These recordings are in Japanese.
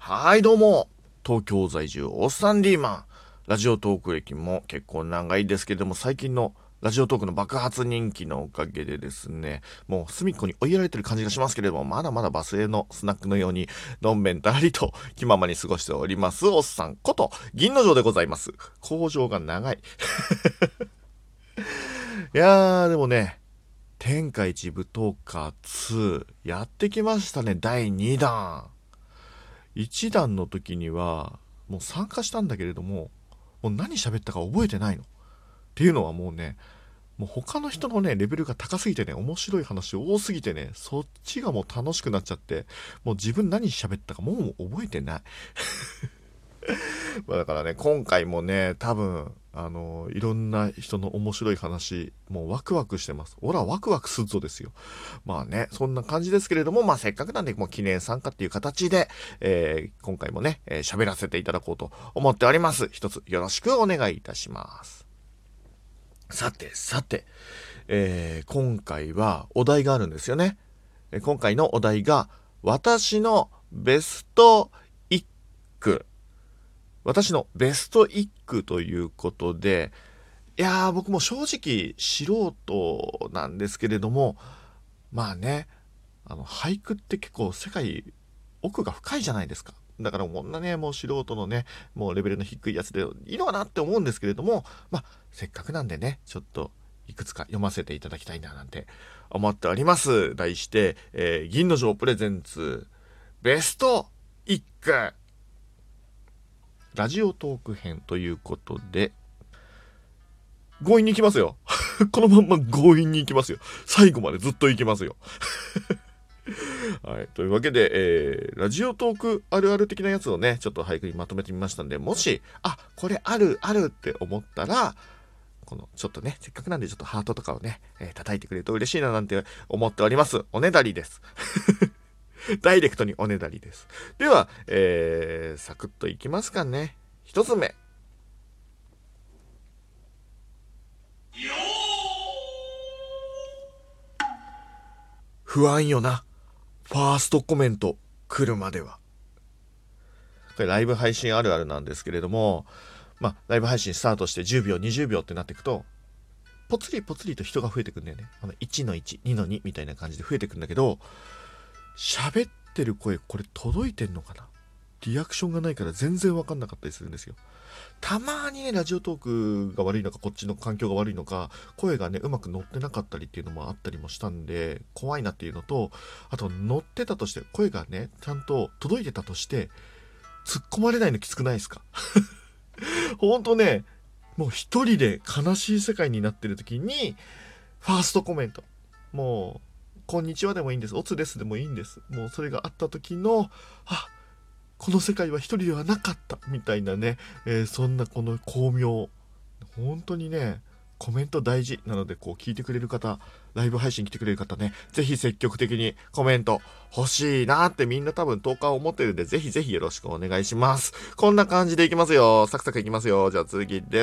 はいどうも、東京在住おっさんリーマン。ラジオトーク歴も結構長いですけれども、最近のラジオトークの爆発人気のおかげでですね、もう隅っこに追いやられてる感じがしますけれども、まだまだバスへのスナックのようにのんべんたりと気ままに過ごしておりますおっさんこと銀の城でございます。工場が長い。いやーでもね、天下一武闘家2やってきましたね。第2弾。1弾の時にはもう参加したんだけれども、もう何喋ったか覚えてないの。っていうのはもうね、もう他の人のねレベルが高すぎてね、面白い話多すぎてね、そっちがもう楽しくなっちゃって、もう自分何喋ったかもう覚えてない。まあだからね、今回もね、多分いろんな人の面白い話、もうワクワクしてます。オラワクワクするぞですよ。まあね、そんな感じですけれども、まあせっかくなんでもう記念参加っていう形で、今回もね、喋らせていただこうと思っております。一つよろしくお願いいたします。さて、今回はお題があるんですよね。今回のお題が、私のベスト一句。私のベスト一句ということで、いやー僕も正直素人なんですけれども、まあね、俳句って結構世界奥が深いじゃないですか。だからこんなね、もう素人のね、もうレベルの低いやつでいいのかなって思うんですけれども、まあせっかくなんでね、ちょっといくつか読ませていただきたいななんて思っております。題して、銀の城プレゼンツベスト一句ラジオトーク編ということで、強引に行きますよ。このまんま強引に行きますよ。最後までずっと行きますよ。はい。というわけで、ラジオトークあるある的なやつをね、ちょっと俳句にまとめてみましたんで、もし、これあるって思ったら、この、ちょっとね、せっかくなんでちょっとハートとかをね、叩いてくれると嬉しいななんて思っております。おねだりです。ダイレクトにおねだりです。では、サクッといきますかね。一つ目。不安よな。ファーストコメント来るまでは。これライブ配信あるあるなんですけれども、まあライブ配信スタートして10秒20秒ってなっていくと、ポツリポツリと人が増えてくんだよね。1の1、2の2みたいな感じで増えてくんだけど、喋ってる声これ届いてんのかな、リアクションがないから全然わかんなかったりするんですよ。たまにね、ラジオトークが悪いのか、こっちの環境が悪いのか、声がねうまく乗ってなかったりっていうのもあったりもしたんで、怖いなっていうのと、あと乗ってたとして、声がねちゃんと届いてたとして、突っ込まれないのきつくないですか？ほんとね、もう一人で悲しい世界になってる時に、ファーストコメント、もうこんにちはでもいいんです、おつですでもいいんです、もうそれがあった時の、この世界は一人ではなかったみたいなね、そんなこの巧妙、本当にね、コメント大事なので、こう聞いてくれる方、ライブ配信来てくれる方ね、ぜひ積極的にコメント欲しいなってみんな多分10日思ってるんで、ぜひぜひよろしくお願いします。こんな感じでいきますよ。サクサクいきますよ。じゃあ次です。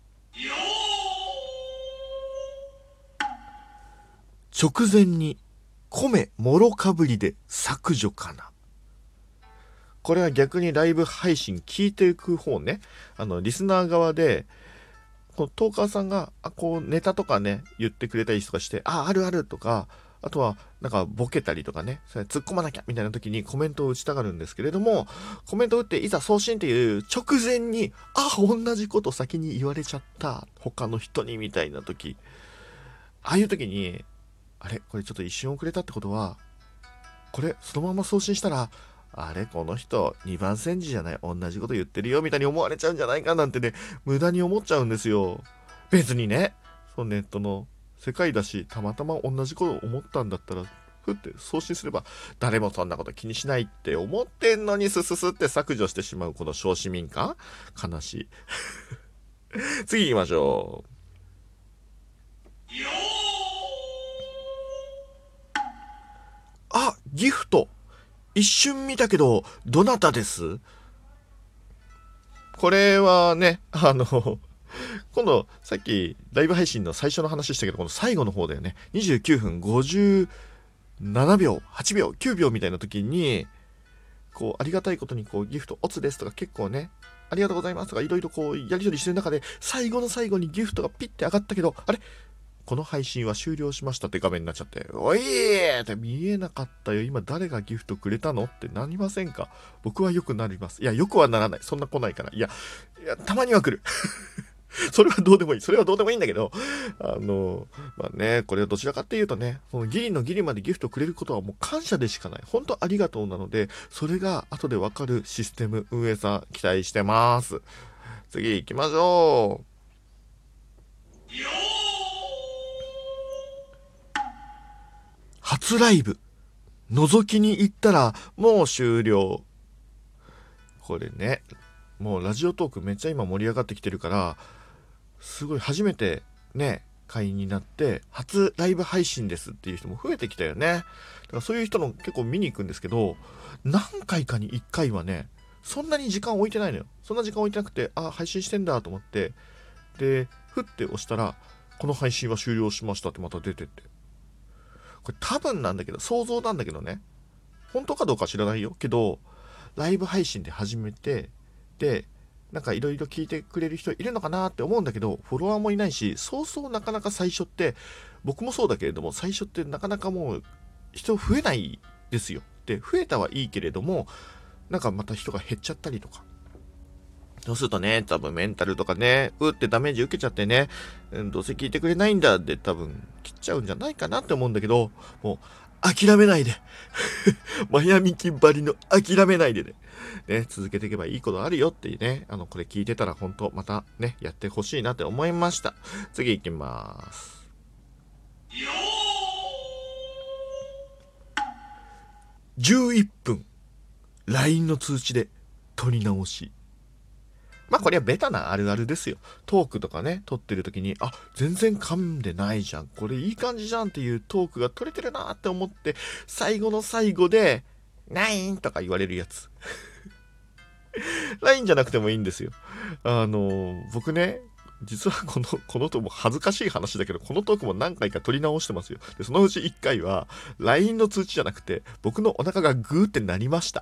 直前に米もろかぶりで削除かな。これは逆にライブ配信聞いていく方ね、リスナー側で、このトーカーさんがこうネタとかね言ってくれたりとかして、あるあるとか、あとはなんかボケたりとかね、それ突っ込まなきゃみたいな時にコメントを打ちたがるんですけれども、コメントを打っていざ送信っていう直前に、同じこと先に言われちゃった他の人にみたいな時、ああいう時に、これちょっと一瞬遅れたってことは、これそのまま送信したら、この人2番煎じじゃない、同じこと言ってるよみたいに思われちゃうんじゃないかなんてね、無駄に思っちゃうんですよ。別にね、そのネットの世界だし、たまたま同じこと思ったんだったら、ふって送信すれば誰もそんなこと気にしないって思ってんのに、スススって削除してしまうこの小市民感、悲しい。次行きましょう。ギフト一瞬見たけどどなたです？これはね、今度さっきライブ配信の最初の話したけど、この最後の方だよね、29分57秒8秒9秒みたいな時に、 こうありがたいことにこうギフトオツですとか結構ねありがとうございますとかいろいろこうやり取りしてる中で最後の最後にギフトがピッて上がったけど、あれこの配信は終了しましたって画面になっちゃって、おいーって見えなかったよ。今誰がギフトくれたのってなりませんか？僕はよくなります。いや、よくはならない。そんな来ないから。いや、たまには来る。それはどうでもいい。それはどうでもいいんだけど、まあね、これはどちらかっていうとね、そのギリのギリまでギフトくれることはもう感謝でしかない。本当ありがとうなので、それが後でわかるシステム運営さん期待してます。次行きましょう。初ライブ覗きに行ったらもう終了。これね、もうラジオトークめっちゃ今盛り上がってきてるから、すごい初めてね会員になって初ライブ配信ですっていう人も増えてきたよね。だからそういう人の結構見に行くんですけど、何回かに1回はねそんなに時間置いてないのよ。そんな時間置いてなくて、あ、配信してんだと思って、でふって押したらこの配信は終了しましたってまた出てって、これ多分なんだけど、想像なんだけどね、本当かどうか知らないよけど、ライブ配信で始めて、でなんかいろいろ聞いてくれる人いるのかなって思うんだけど、フォロワーもいないし、そうそうなかなか最初って、僕もそうだけれども最初ってなかなかもう人増えないですよ。で増えたはいいけれども、なんかまた人が減っちゃったりとか、そうするとね、多分メンタルとかね、ってダメージ受けちゃってね、どうせ聞いてくれないんだって多分切っちゃうんじゃないかなって思うんだけど、もう諦めないで。マヤミキばりの諦めないでね、続けていけばいいことあるよっていうね、これ聞いてたら本当またね、やってほしいなって思いました。次行きます。11分、LINE の通知で取り直し。まあこれはベタなあるあるですよ。トークとかね、撮ってる時に、あ、全然噛んでないじゃん。これいい感じじゃんっていうトークが取れてるなって思って、最後の最後で、ないんとか言われるやつ。LINE じゃなくてもいいんですよ。僕ね、実はこのトークも恥ずかしい話だけど、このトークも何回か撮り直してますよ。で、そのうち1回は、LINE の通知じゃなくて、僕のお腹がグーってなりました。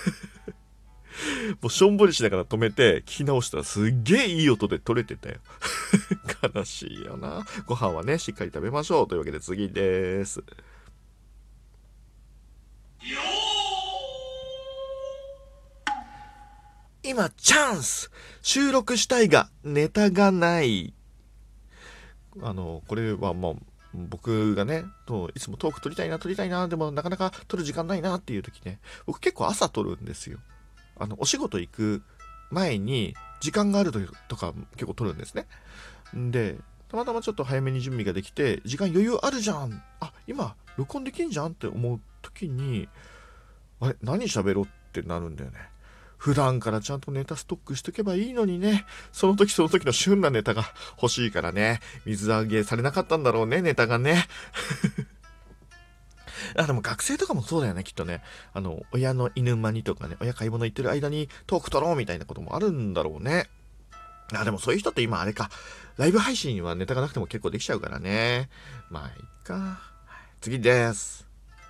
もうしょんぼりしながら止めて聞き直したらすっげえいい音で撮れてたよ。悲しいよな。ご飯はねしっかり食べましょうというわけで次です。今チャンス、収録したいがネタがない。これはまあ僕がねいつもトーク撮りたいなでもなかなか撮る時間ないなっていう時ね、僕結構朝撮るんですよ。お仕事行く前に時間がある時とか結構取るんですね。でたまたまちょっと早めに準備ができて時間余裕あるじゃん、あ、今録音できんじゃんって思う時に、あれ何喋ろうってなるんだよね。普段からちゃんとネタストックしとけばいいのにね。その時その時の旬なネタが欲しいからね、水揚げされなかったんだろうね、ネタがね。でも学生とかもそうだよね、きっとね。親の犬間にとかね、親買い物行ってる間にトーク取ろうみたいなこともあるんだろうね。でもそういう人って今あれか、ライブ配信はネタがなくても結構できちゃうからね。まあ、いっか。次です。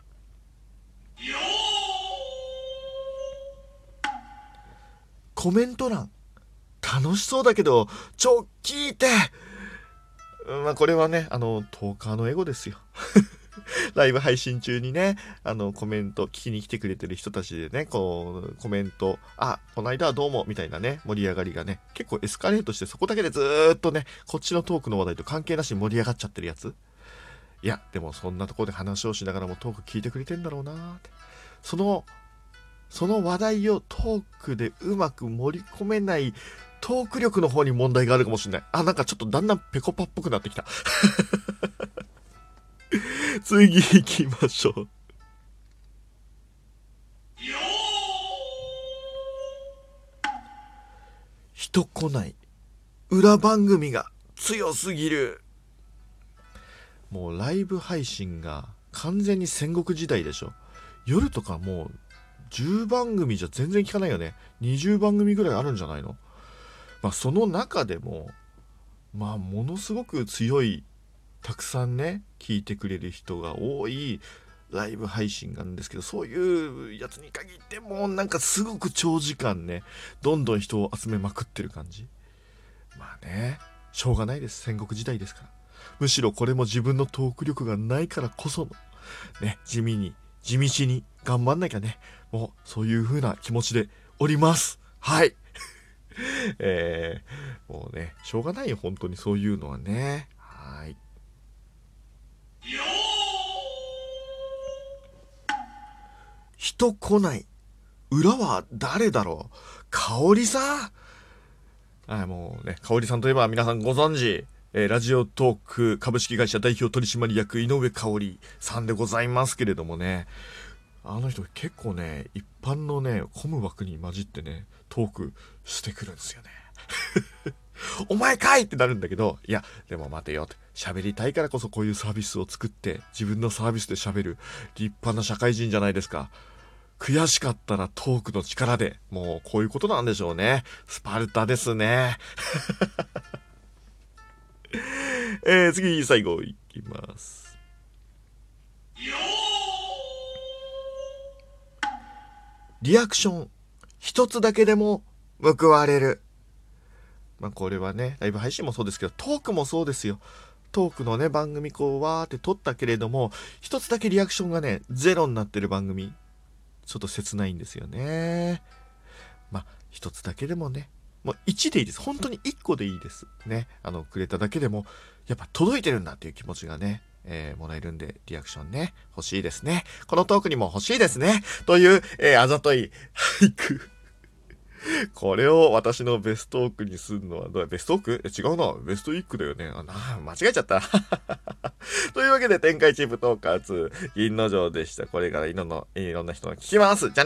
コメント欄、楽しそうだけど、聞いて。まあこれはね、トーカーのエゴですよ。ライブ配信中にね、コメント聞きに来てくれてる人たちでね、こう、コメント、あ、この間はどうも、みたいなね、盛り上がりがね、結構エスカレートしてそこだけでずーっとね、こっちのトークの話題と関係なしに盛り上がっちゃってるやつ。いや、でもそんなところで話をしながらもトーク聞いてくれてんだろうなーって。その話題をトークでうまく盛り込めないトーク力の方に問題があるかもしれない。なんかちょっとだんだんペコパっぽくなってきた。次行きましょう。人来ない、裏番組が強すぎる。もうライブ配信が完全に戦国時代でしょ。夜とかもう10番組じゃ全然聞かないよね。20番組ぐらいあるんじゃないの。まあその中でもまあものすごく強い、たくさんね聞いてくれる人が多いライブ配信があるんですけど、そういうやつに限ってもうなんかすごく長時間ね、どんどん人を集めまくってる感じ。まあね、しょうがないです。戦国時代ですから。むしろこれも自分のトーク力がないからこそのね、地道に頑張んなきゃね、もうそういう風な気持ちでおります。はい。もうね、しょうがないよ、本当にそういうのはね。はい。人来ない。裏は誰だろう。香織さん。はい、もうね、香織さんといえば皆さんご存知、ラジオトーク株式会社代表取締役井上香織さんでございますけれどもね、あの人結構ね、一般のね、混む枠に混じってね、トークしてくるんですよね。お前かいってなるんだけど、いや、でも待てよって。喋りたいからこそこういうサービスを作って、自分のサービスで喋る立派な社会人じゃないですか。悔しかったらトークの力で、もうこういうことなんでしょうね。スパルタですね。次、最後いきます。リアクション、一つだけでも報われる。まあこれはね、ライブ配信もそうですけど、トークもそうですよ。トークのね、番組こう、わーって撮ったけれども、一つだけリアクションがね、ゼロになってる番組、ちょっと切ないんですよね。まあ、一つだけでもね、もう1でいいです。本当に1個でいいです。ね。くれただけでも、やっぱ届いてるんだっていう気持ちがね、もらえるんで、リアクションね、欲しいですね。このトークにも欲しいですね。という、あざとい俳句。これを私のベストークにするのは、ベストーク違うな。ベストイックだよね。間違えちゃった。というわけで、天下一武闘家2、銀の城でした。これからいろんな人が聞きます。じゃあね。